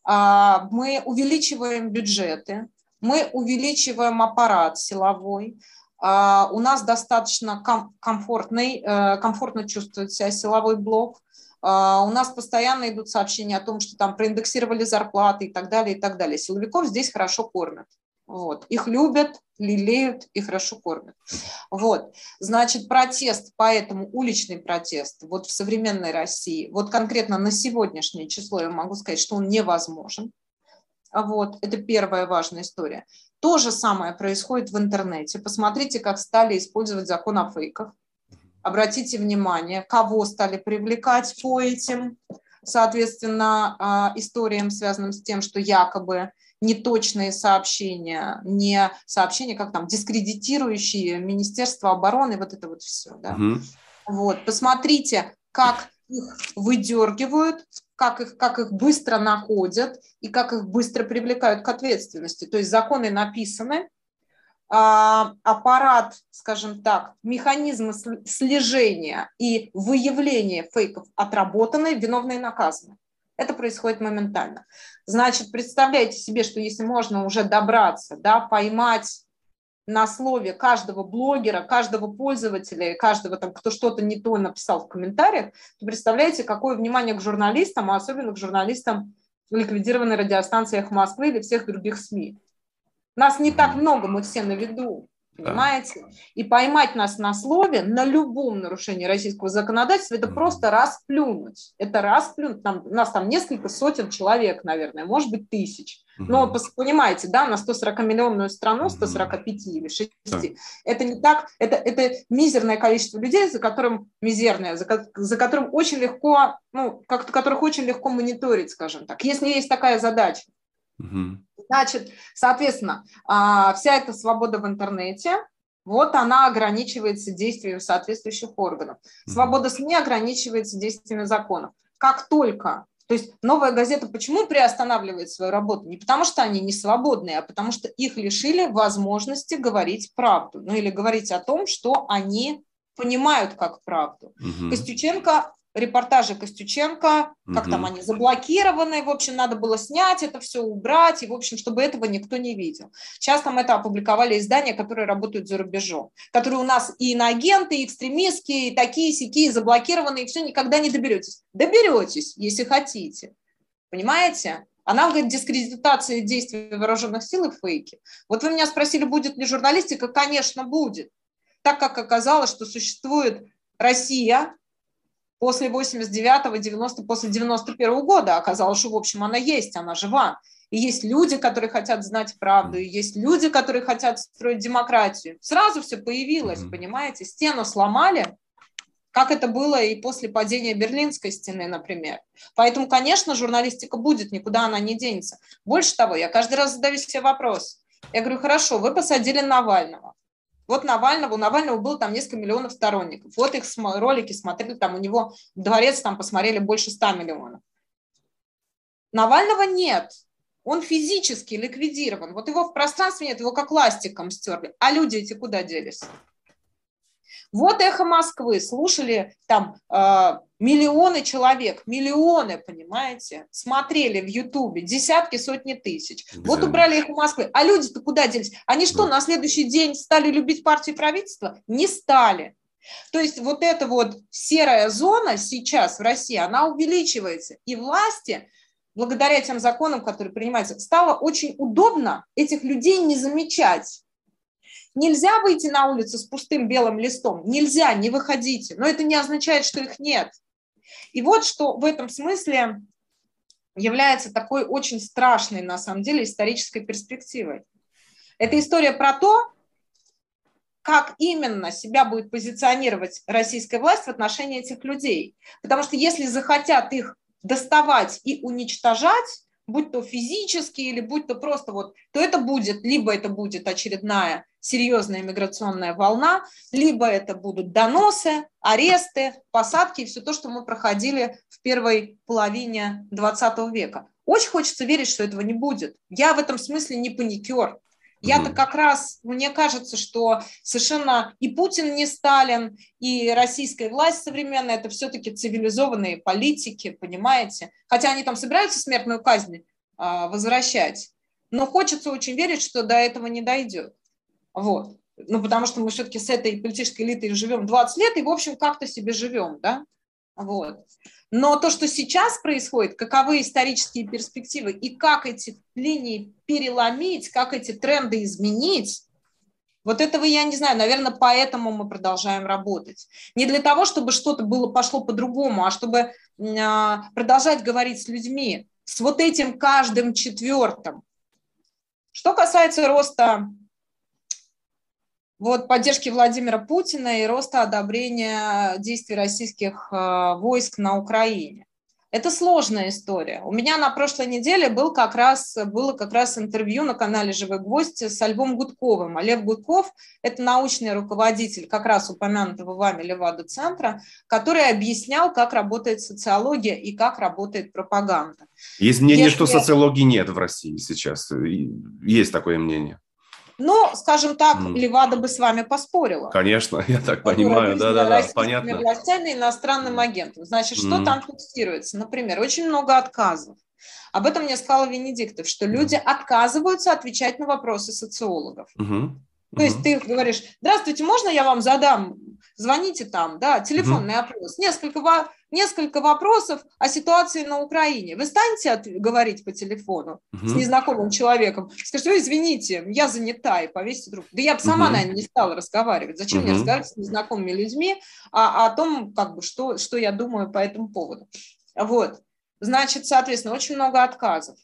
Мы увеличиваем бюджеты, мы увеличиваем аппарат силовой. У нас достаточно комфортный, комфортно чувствует себя силовой блок. У нас постоянно идут сообщения о том, что там проиндексировали зарплаты и так далее, и так далее. Силовиков здесь хорошо кормят. Вот. Их любят, лелеют и хорошо кормят. Вот. Значит, протест, поэтому уличный протест вот в современной России, вот конкретно на сегодняшнее число я могу сказать, что он невозможен. Вот. Это первая важная история. То же самое происходит в интернете. Посмотрите, как стали использовать закон о фейках. Обратите внимание, кого стали привлекать по этим, соответственно, историям, связанным с тем, что якобы неточные сообщения, не сообщения, как там, дискредитирующие Министерство обороны, вот это вот все. Да? Угу. Вот. Посмотрите, как их выдергивают, как их, как их быстро находят и как их быстро привлекают к ответственности. То есть законы написаны, аппарат, скажем так, механизмы слежения и выявления фейков отработаны, виновные наказаны. Это происходит моментально. Значит, представляете себе, что если можно уже добраться, да, поймать на слове каждого блогера, каждого пользователя, каждого, там, кто что-то не то написал в комментариях, то представляете, какое внимание к журналистам, а особенно к журналистам ликвидированной радиостанции «Эхо Москвы» или всех других СМИ. Нас не так много, мы все на виду, понимаете? И поймать нас на слове, на любом нарушении российского законодательства, это просто расплюнуть. Это расплюнуть. Там, у нас там несколько сотен человек, наверное, может быть, тысяч. Но понимаете, да, на сто сорокамиллионную страну, сто сорок пять или шесть, это не так, это, это мизерное количество людей, за которым, мизерное, за, за которым очень легко, ну, как, которых очень легко мониторить, скажем так, если есть такая задача. Значит, соответственно, вся эта свобода в интернете, вот она ограничивается действием соответствующих органов. Свобода СМИ ограничивается действиями законов. Как только, то есть «Новая газета» почему приостанавливает свою работу? Не потому что они не свободные, а потому что их лишили возможности говорить правду, ну или говорить о том, что они понимают как правду. Угу. Костюченко... Репортажи Костюченко, как угу. там они заблокированы, в общем, надо было снять это все, убрать, и, в общем, чтобы этого никто не видел. Сейчас там это опубликовали издания, которые работают за рубежом, которые у нас и иноагенты, и экстремистские, и такие-сякие, заблокированные, и все, никогда не доберетесь. Доберетесь, если хотите. Понимаете? Она говорит, дискредитация действий вооруженных сил и фейки. Вот вы меня спросили, будет ли журналистика? Конечно, будет. Так как оказалось, что существует Россия, после восемьдесят девятого, девяностого, после девяносто первого года оказалось, что, в общем, она есть, она жива. И есть люди, которые хотят знать правду, и есть люди, которые хотят строить демократию. Сразу все появилось, mm-hmm. понимаете? Стену сломали, как это было и после падения Берлинской стены, например. Поэтому, конечно, журналистика будет, никуда она не денется. Больше того, я каждый раз задаю себе вопрос. Я говорю, хорошо, вы посадили Навального. Вот Навального, у Навального было там несколько миллионов сторонников. Вот их ролики смотрели, там у него дворец там посмотрели больше ста миллионов. Навального нет. Он физически ликвидирован. Вот его в пространстве нет, его как ластиком стерли. А люди эти куда делись? Вот «Эхо Москвы» слушали там э, миллионы человек, миллионы, понимаете, смотрели в Ютубе, десятки, сотни тысяч. Безумно. Вот убрали «Эхо Москвы». А люди-то куда делись? Они что, да. на следующий день стали любить партию и правительство? Не стали. То есть вот эта вот серая зона сейчас в России, она увеличивается. И власти, благодаря тем законам, которые принимаются, стало очень удобно этих людей не замечать. Нельзя выйти на улицу с пустым белым листом. Нельзя, не выходите. Но это не означает, что их нет. И вот что в этом смысле является такой очень страшной, на самом деле, исторической перспективой. Это история про то, как именно себя будет позиционировать российская власть в отношении этих людей. Потому что если захотят их доставать и уничтожать, будь то физически или будь то просто вот, то это будет, либо это будет очередная серьезная миграционная волна, либо это будут доносы, аресты, посадки и все то, что мы проходили в первой половине двадцатого века. Очень хочется верить, что этого не будет. Я в этом смысле не паникер. Я-то как раз, мне кажется, что совершенно и Путин не Сталин, и российская власть современная, это все-таки цивилизованные политики, понимаете? Хотя они там собираются смертную казнь возвращать. Но хочется очень верить, что до этого не дойдет. Вот. Ну, потому что мы все-таки с этой политической элитой живем двадцать лет и, в общем, как-то себе живем, да? Вот. Но то, что сейчас происходит, каковы исторические перспективы и как эти линии переломить, как эти тренды изменить, вот этого я не знаю. Наверное, поэтому мы продолжаем работать. Не для того, чтобы что-то было, пошло по-другому, а чтобы а, продолжать говорить с людьми, с вот этим каждым четвертым. Что касается роста вот, поддержки Владимира Путина и роста одобрения действий российских э, войск на Украине. Это сложная история. У меня на прошлой неделе был как раз, было как раз интервью на канале «Живой гвоздь» с Львом Гудковым. А Лев Гудков – это научный руководитель как раз упомянутого вами Левада-центра, который объяснял, как работает социология и как работает пропаганда. Есть мнение, Если... что социологии нет в России сейчас. Есть такое мнение. Ну, скажем так, Mm. Левада бы с вами поспорила. Конечно, я так понимаю, да-да-да, понятно. Властями и иностранным Mm. агентом. Значит, что Mm. там фиксируется? Например, очень много отказов. Об этом мне сказал Венедиктов, что люди mm. отказываются отвечать на вопросы социологов. Mm-hmm. То есть ты говоришь: здравствуйте, можно я вам задам, звоните там, да, телефонный mm-hmm. опрос, несколько, во... несколько вопросов о ситуации на Украине. Вы станете от... говорить по телефону mm-hmm. с незнакомым человеком, скажите: извините, я занята, и повесьте трубку. Да я бы сама, mm-hmm. наверное, не стала разговаривать. Зачем mm-hmm. мне разговаривать с незнакомыми людьми а, о том, как бы, что, что я думаю по этому поводу. Вот. Значит, соответственно, очень много отказов.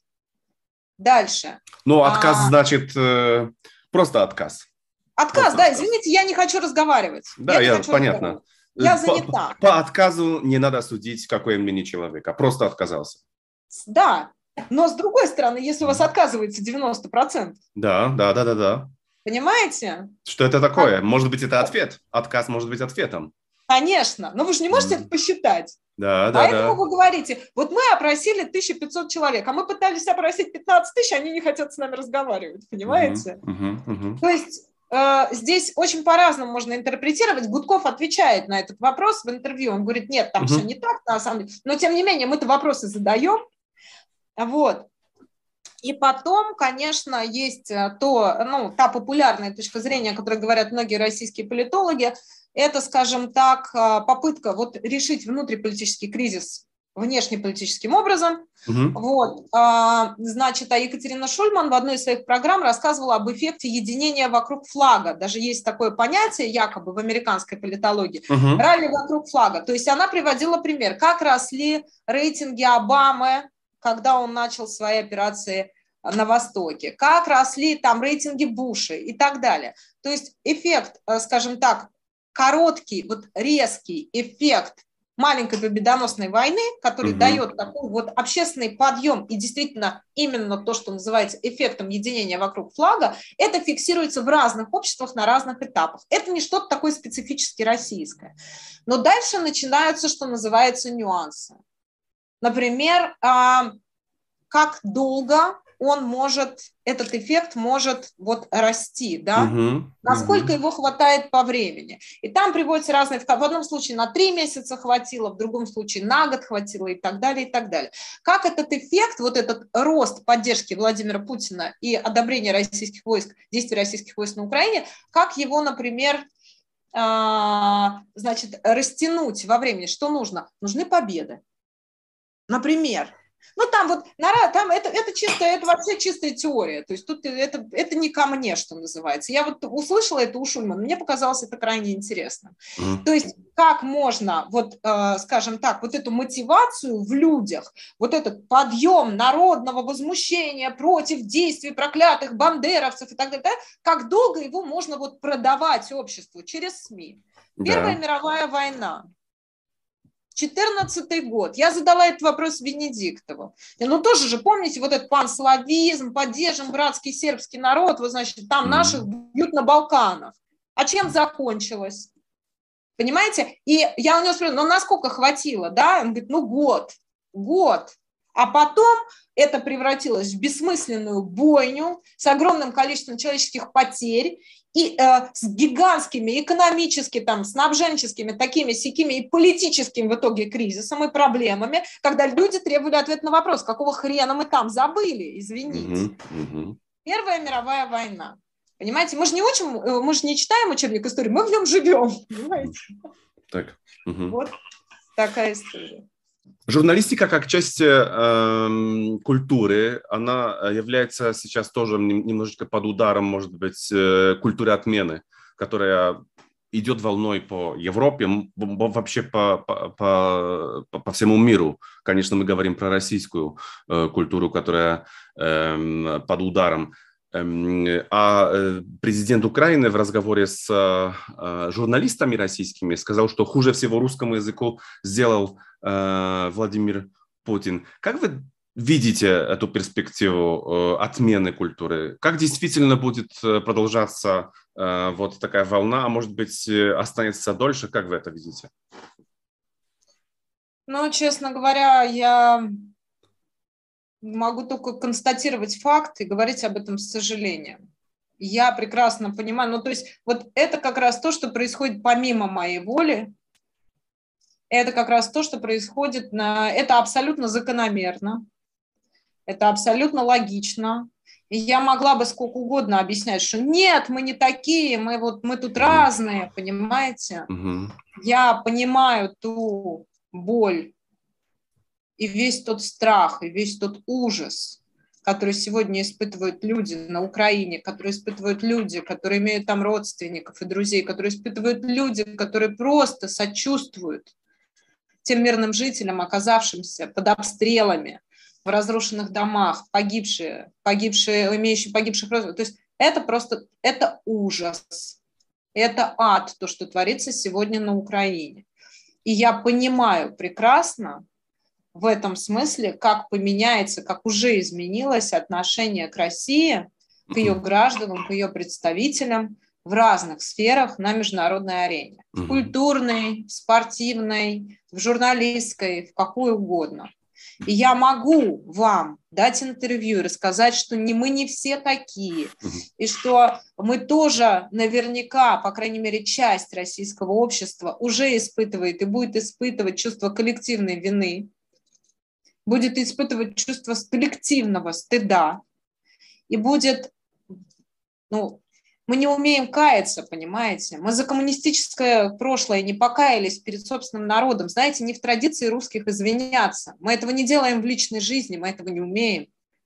Дальше. Ну, отказ, а... значит, э, просто отказ. Отказ, Просто да, отказ. Извините, я не хочу разговаривать. Да, я, я, понятно. Я занята. По, по отказу не надо судить, какой он мне человек, а просто отказался. Да, но с другой стороны, если у вас отказывается девяносто процентов. Да, да, да, да, да. Понимаете? Что это такое? А... Может быть, это ответ. Отказ может быть ответом. Конечно, но вы же не можете mm. это посчитать. Да, да, Поэтому да. вы говорите: вот мы опросили тысячу пятьсот человек, а мы пытались опросить пятнадцать тысяч, они не хотят с нами разговаривать, понимаете? Uh-huh, uh-huh, uh-huh. То есть э, здесь очень по-разному можно интерпретировать. Гудков отвечает на этот вопрос в интервью. Он говорит: нет, там uh-huh. все не так, на самом деле. Но тем не менее мы-то вопросы задаем. Вот. И потом, конечно, есть то, ну, та популярная точка зрения, о которой говорят многие российские политологи. Это, скажем так, попытка вот решить внутриполитический кризис внешнеполитическим образом. Uh-huh. Вот. Значит, а Екатерина Шульман в одной из своих программ рассказывала об эффекте единения вокруг флага. Даже есть такое понятие, якобы в американской политологии, uh-huh. ралли вокруг флага. То есть она приводила пример, как росли рейтинги Обамы, когда он начал свои операции на Востоке, как росли там рейтинги Буша и так далее. То есть эффект, скажем так, короткий, вот резкий эффект маленькой победоносной войны, который угу. дает такой вот общественный подъем и действительно именно то, что называется эффектом единения вокруг флага, это фиксируется в разных обществах на разных этапах. Это не что-то такое специфически российское. Но дальше начинаются, что называется, нюансы. Например, как долго он может, этот эффект может вот расти, да, uh-huh, насколько uh-huh. его хватает по времени. И там приводятся разные, в одном случае на три месяца хватило, в другом случае на год хватило и так далее, и так далее. Как этот эффект, вот этот рост поддержки Владимира Путина и одобрения российских войск, действий российских войск на Украине, как его, например, значит, растянуть во времени, что нужно? Нужны победы. Например, ну там вот, там это, это чистая, это вообще чистая теория, то есть тут это, это не ко мне, что называется. Я вот услышала это у Шульмана, мне показалось это крайне интересным. Mm. То есть как можно, вот, э, скажем так, вот эту мотивацию в людях, вот этот подъем народного возмущения против действий проклятых бандеровцев и так далее, как долго его можно вот продавать обществу через СМИ. Первая yeah. мировая война. четырнадцатый год. Я задала этот вопрос Венедиктову. Ну, тоже же, помните, вот этот панславизм, поддержим братский сербский народ, вот, значит, там mm-hmm. наших бьют на Балканах. А чем закончилось? Понимаете? И я у него спрашиваю: ну, насколько хватило, да? Он говорит: ну, год. Год. А потом это превратилось в бессмысленную бойню с огромным количеством человеческих потерь и э, с гигантскими экономическими, там, снабженческими, такими сякими и политическим в итоге кризисом и проблемами, когда люди требовали ответ на вопрос, какого хрена мы там забыли, извините. Угу, угу. Первая мировая война. Понимаете, мы же не учим, мы же не читаем учебник истории, мы в нем живем. Понимаете? Так. Угу. Вот такая история. Журналистика как часть э, культуры, она является сейчас тоже немножечко под ударом, может быть, э, культуры отмены, которая идет волной по Европе, вообще по, по, по, по всему миру. Конечно, мы говорим про российскую э, культуру, которая э, под ударом. А президент Украины в разговоре с журналистами российскими сказал, что хуже всего русскому языку сделал Владимир Путин. Как вы видите эту перспективу отмены культуры? Как действительно будет продолжаться вот такая волна, а может быть останется дольше? Как вы это видите? Ну, честно говоря, я... могу только констатировать факт и говорить об этом с сожалением. Я прекрасно понимаю, ну то есть вот это как раз то, что происходит помимо моей воли, это как раз то, что происходит, на... это абсолютно закономерно, это абсолютно логично. И я могла бы сколько угодно объяснять, что нет, мы не такие, мы, вот, мы тут разные, понимаете? Угу. Я понимаю ту боль, и весь тот страх, и весь тот ужас, который сегодня испытывают люди на Украине, которые испытывают люди, которые имеют там родственников и друзей, которые испытывают люди, которые просто сочувствуют тем мирным жителям, оказавшимся под обстрелами в разрушенных домах, погибшие, погибшие, имеющие погибших родственников. То есть это просто, это ужас, это ад, то, что творится сегодня на Украине. И я понимаю прекрасно, в этом смысле, как поменяется, как уже изменилось отношение к России, к ее гражданам, к ее представителям в разных сферах на международной арене. В культурной, в спортивной, в журналистской, в какой угодно. И я могу вам дать интервью и рассказать, что не, мы не все такие, и что мы тоже наверняка, по крайней мере, часть российского общества уже испытывает и будет испытывать чувство коллективной вины, будет испытывать чувство коллективного стыда, и будет, ну, мы не умеем каяться, понимаете? Мы за коммунистическое прошлое не покаялись перед собственным народом. Знаете, не в традиции русских извиняться. Мы этого не делаем в личной жизни, мы этого не умеем.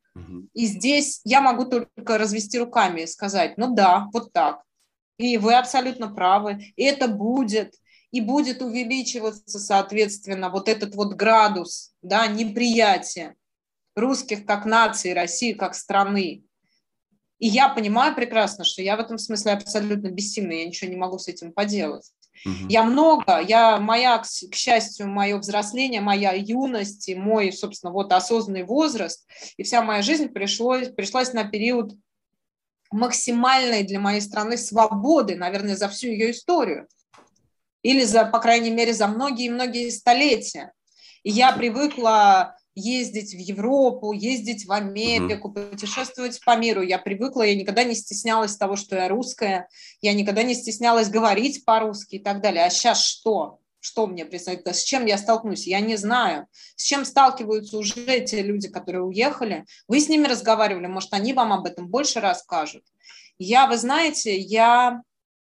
И здесь я могу только развести руками и сказать, ну да, вот так. И вы абсолютно правы, и это будет. И будет увеличиваться, соответственно, вот этот вот градус, да, неприятия русских как нации, России как страны. И я понимаю прекрасно, что я в этом смысле абсолютно бессильна, я ничего не могу с этим поделать. Угу. Я много, я, моя, к счастью, мое взросление, моя юность, и мой, собственно, вот осознанный возраст, и вся моя жизнь пришлось, пришлась на период максимальной для моей страны свободы, наверное, за всю ее историю. Или, за, по крайней мере, за многие-многие столетия. И я привыкла ездить в Европу, ездить в Америку, uh-huh. путешествовать по миру. Я привыкла, я никогда не стеснялась того, что я русская, я никогда не стеснялась говорить по-русски и так далее. А сейчас что? Что мне представить? С чем я столкнусь? Я не знаю. С чем сталкиваются уже те люди, которые уехали? Вы с ними разговаривали, может, они вам об этом больше расскажут. Я, вы знаете, я...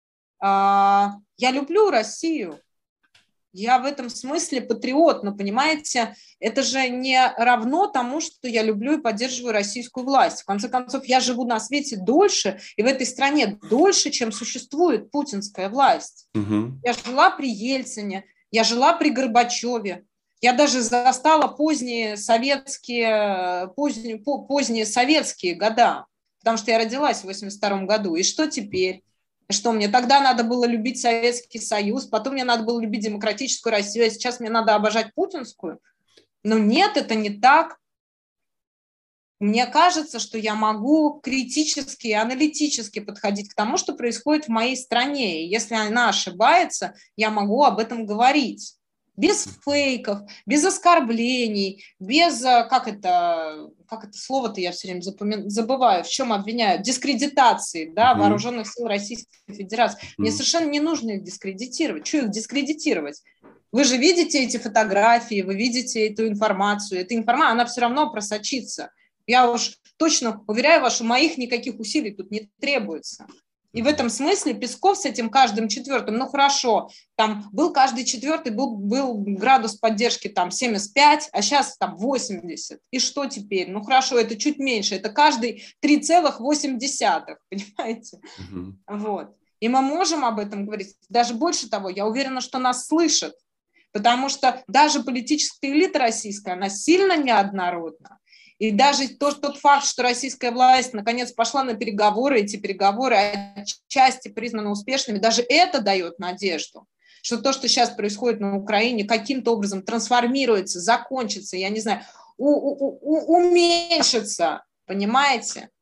Я люблю Россию, я в этом смысле патриот, но, понимаете, это же не равно тому, что я люблю и поддерживаю российскую власть. В конце концов, я живу на свете дольше, и в этой стране дольше, чем существует путинская власть. Угу. Я жила при Ельцине, я жила при Горбачеве, я даже застала поздние советские, поздние, поздние советские года, потому что я родилась в восемьдесят втором году. И что теперь? Что мне тогда надо было любить Советский Союз, потом мне надо было любить демократическую Россию, а сейчас мне надо обожать путинскую? Но нет, это не так. Мне кажется, что я могу критически и аналитически подходить к тому, что происходит в моей стране. И если она ошибается, я могу об этом говорить. без фейков, без оскорблений, без, как это, как это слово-то я все время запомин... забываю, в чем обвиняют, дискредитации, да, mm-hmm. вооруженных сил Российской Федерации. Mm-hmm. Мне совершенно не нужно их дискредитировать. Что их дискредитировать? Вы же видите эти фотографии, вы видите эту информацию. Эта информация, она все равно просочится. Я уж точно уверяю вас, что моих никаких усилий тут не требуется. И в этом смысле Песков с этим каждым четвертым, ну хорошо, там был каждый четвертый, был, был градус поддержки там семьдесят пять, а сейчас там восемьдесят. И что теперь? Ну хорошо, это чуть меньше, это каждый три целых восемь десятых, понимаете? Uh-huh. Вот. И мы можем об этом говорить. Даже больше того, я уверена, что нас слышат, потому что даже политическая элита российская, она сильно неоднородна. И даже тот, тот факт, что российская власть наконец пошла на переговоры, эти переговоры отчасти признаны успешными, даже это дает надежду, что то, что сейчас происходит на Украине, каким-то образом трансформируется, закончится, я не знаю, у, у, у, уменьшится, понимаете?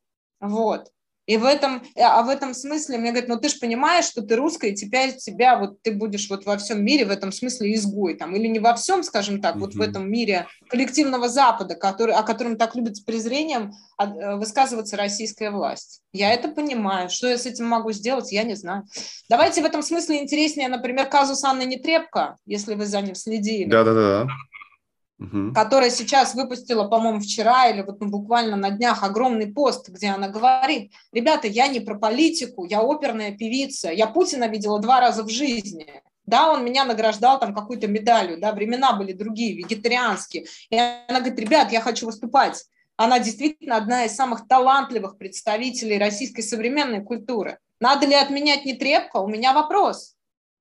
Вот. И в этом, а в этом смысле мне говорят, ну ты же понимаешь, что ты русская, и теперь тебя вот ты будешь вот во всем мире в этом смысле изгой, там, или не во всем, скажем так, mm-hmm. вот в этом мире коллективного Запада, который, о котором так любит с презрением высказываться российская власть. Я это понимаю. Что я с этим могу сделать, я не знаю. Давайте в этом смысле интереснее, например, казус Анны Нетребко, если вы за ним следили. Да-да-да. Угу. Которая сейчас выпустила, по-моему, вчера или вот ну, буквально на днях огромный пост, где она говорит: ребята, я не про политику, я оперная певица, я Путина видела два раза в жизни. Да, он меня награждал там какой-то медалью, да, времена были другие, вегетарианские. И она говорит: ребят, я хочу выступать. Она действительно одна из самых талантливых представителей российской современной культуры. Надо ли отменять Нетребко? У меня вопрос.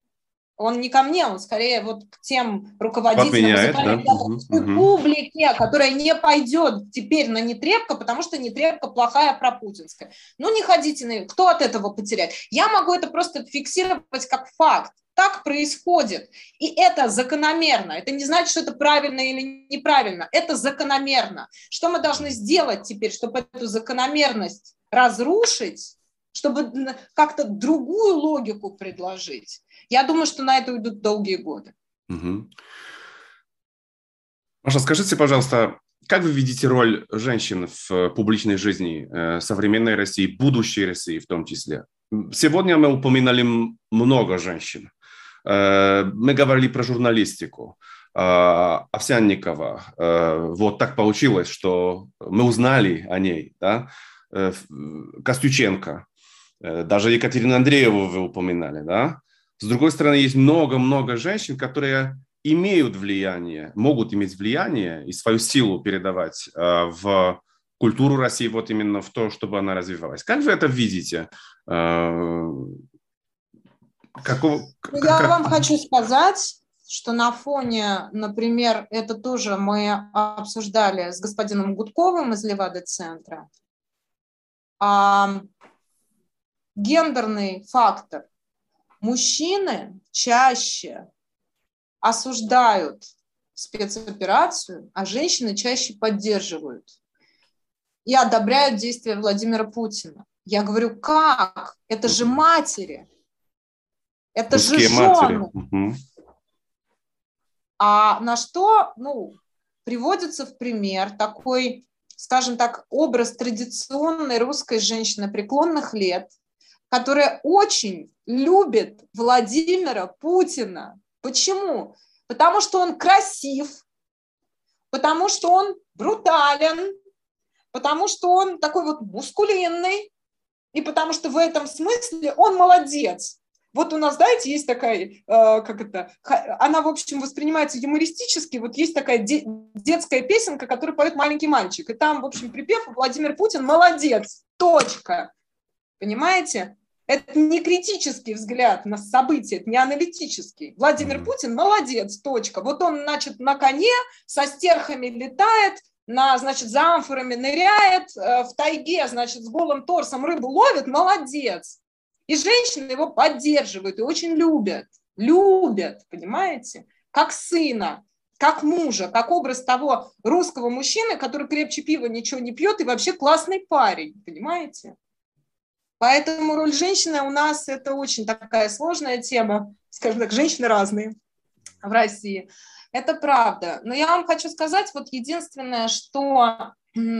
Он не ко мне, он скорее вот к тем руководителям музыкальной да? угу, публики, угу. которая не пойдет теперь на Нетребко, потому что Нетребко плохая пропутинская. Ну не ходите на нее, кто от этого потеряет? Я могу это просто фиксировать как факт. Так происходит. И это закономерно. Это не значит, что это правильно или неправильно. Это закономерно. Что мы должны сделать теперь, чтобы эту закономерность разрушить, чтобы как-то другую логику предложить? Я думаю, что на это уйдут долгие годы. Угу. Маша, скажите, пожалуйста, как вы видите роль женщин в публичной жизни э, современной России, будущей России в том числе? Сегодня мы упоминали много женщин. Э, мы говорили про журналистику. Э, Овсянникова. Э, вот так получилось, что мы узнали о ней. Да? Э, Костюченко. Э, даже Екатерину Андрееву вы упоминали, да? С другой стороны, есть много-много женщин, которые имеют влияние, могут иметь влияние и свою силу передавать э, в культуру России, вот именно в то, чтобы она развивалась. Как вы это видите? Э, какого, Я как... вам хочу сказать, что на фоне, например, это тоже мы обсуждали с господином Гудковым из Левада-центра, а, гендерный фактор. Мужчины чаще осуждают спецоперацию, а женщины чаще поддерживают и одобряют действия Владимира Путина. Я говорю, как? Это же матери. Это Русские же жены. Угу. А на что, ну, приводится в пример такой, скажем так, образ традиционной русской женщины преклонных лет, которая очень любит Владимира Путина. Почему? Потому что он красив, потому что он брутален, потому что он такой вот мускулинный, и потому что в этом смысле он молодец. Вот у нас, знаете, есть такая, э, как это, она, в общем, воспринимается юмористически, вот есть такая де- детская песенка, которую поет маленький мальчик, и там, в общем, припев «Владимир Путин молодец», точка. Понимаете? Это не критический взгляд на события, это не аналитический. Владимир mm-hmm. Путин молодец, точка. Вот он, значит, на коне со стерхами летает, на, значит, за амфорами ныряет, э, в тайге, значит, с голым торсом рыбу ловит, молодец. И женщины его поддерживают и очень любят, любят, понимаете, как сына, как мужа, как образ того русского мужчины, который крепче пива ничего не пьет и вообще классный парень, понимаете? Поэтому роль женщины у нас это очень такая сложная тема, скажем так, женщины разные. в России. Это правда. Но я вам хочу сказать, вот единственное, что,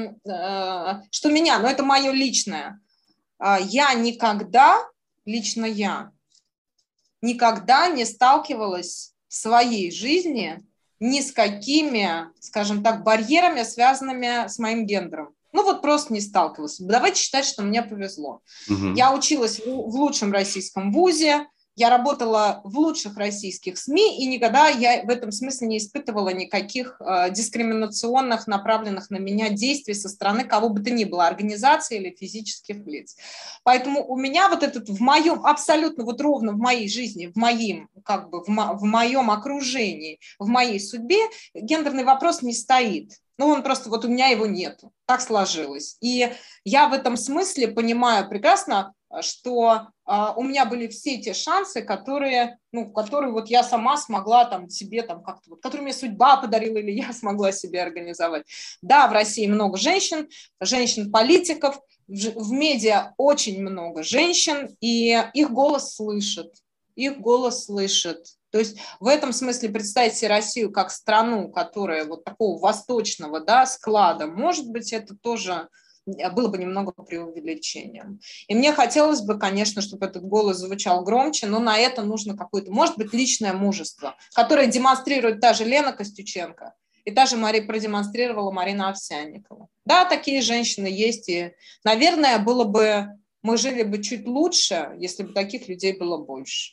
что меня, но это мое личное, я никогда, лично я, никогда не сталкивалась в своей жизни ни с какими, скажем так, барьерами, связанными с моим гендером. Ну вот просто не сталкивалась. Давайте считать, что мне повезло. Угу. Я училась в лучшем российском вузе, я работала в лучших российских СМИ, и никогда я в этом смысле не испытывала никаких э, дискриминационных, направленных на меня действий со стороны кого бы то ни было, организации или физических лиц. Поэтому у меня вот этот в моем, абсолютно вот ровно в моей жизни, в моем, как бы в, мо, в моем окружении, в моей судьбе гендерный вопрос не стоит. Ну, он просто, вот у меня его нету. Так сложилось. И я в этом смысле понимаю прекрасно, что а, у меня были все те шансы, которые, ну, которые вот я сама смогла там себе там как-то, вот, которые мне судьба подарила или я смогла себе организовать. Да, в России много женщин, женщин-политиков, в, в медиа очень много женщин, и их голос слышат, их голос слышат. То есть в этом смысле представить себе Россию как страну, которая вот такого восточного, да, склада, может быть, это тоже было бы немного преувеличением. И мне хотелось бы, конечно, чтобы этот голос звучал громче, но на это нужно какое-то, может быть, личное мужество, которое демонстрирует та же Лена Костюченко и та же Мари, продемонстрировала Марина Овсянникова. Да, такие женщины есть, и, наверное, было бы, мы жили бы чуть лучше, если бы таких людей было больше.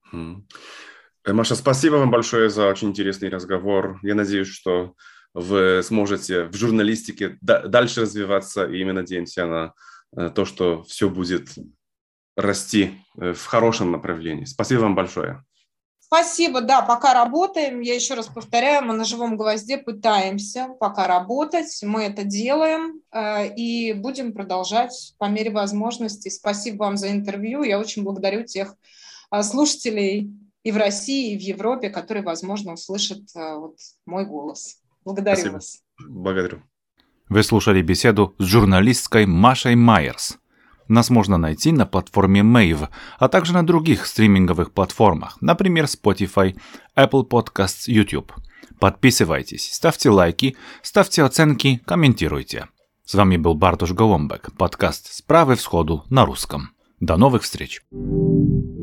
Маша, спасибо вам большое за очень интересный разговор. Я надеюсь, что вы сможете в журналистике дальше развиваться, и мы надеемся на то, что все будет расти в хорошем направлении. Спасибо вам большое. Спасибо, да, пока работаем. Я еще раз повторяю, мы на «Живом гвозде» пытаемся пока работать. Мы это делаем и будем продолжать по мере возможности. Спасибо вам за интервью. Я очень благодарю тех слушателей и в России, и в Европе, которые, возможно, услышат вот мой голос. Благодарю Спасибо. вас. Благодарю. Вы слушали беседу с журналисткой Машей Майерс. Нас можно найти на платформе Mave, а также на других стриминговых платформах, например, Spotify, Apple Podcasts, YouTube. Подписывайтесь, ставьте лайки, ставьте оценки, комментируйте. С вами был Бартош Голомбек, подкаст «Справы всходу» на русском. До новых встреч!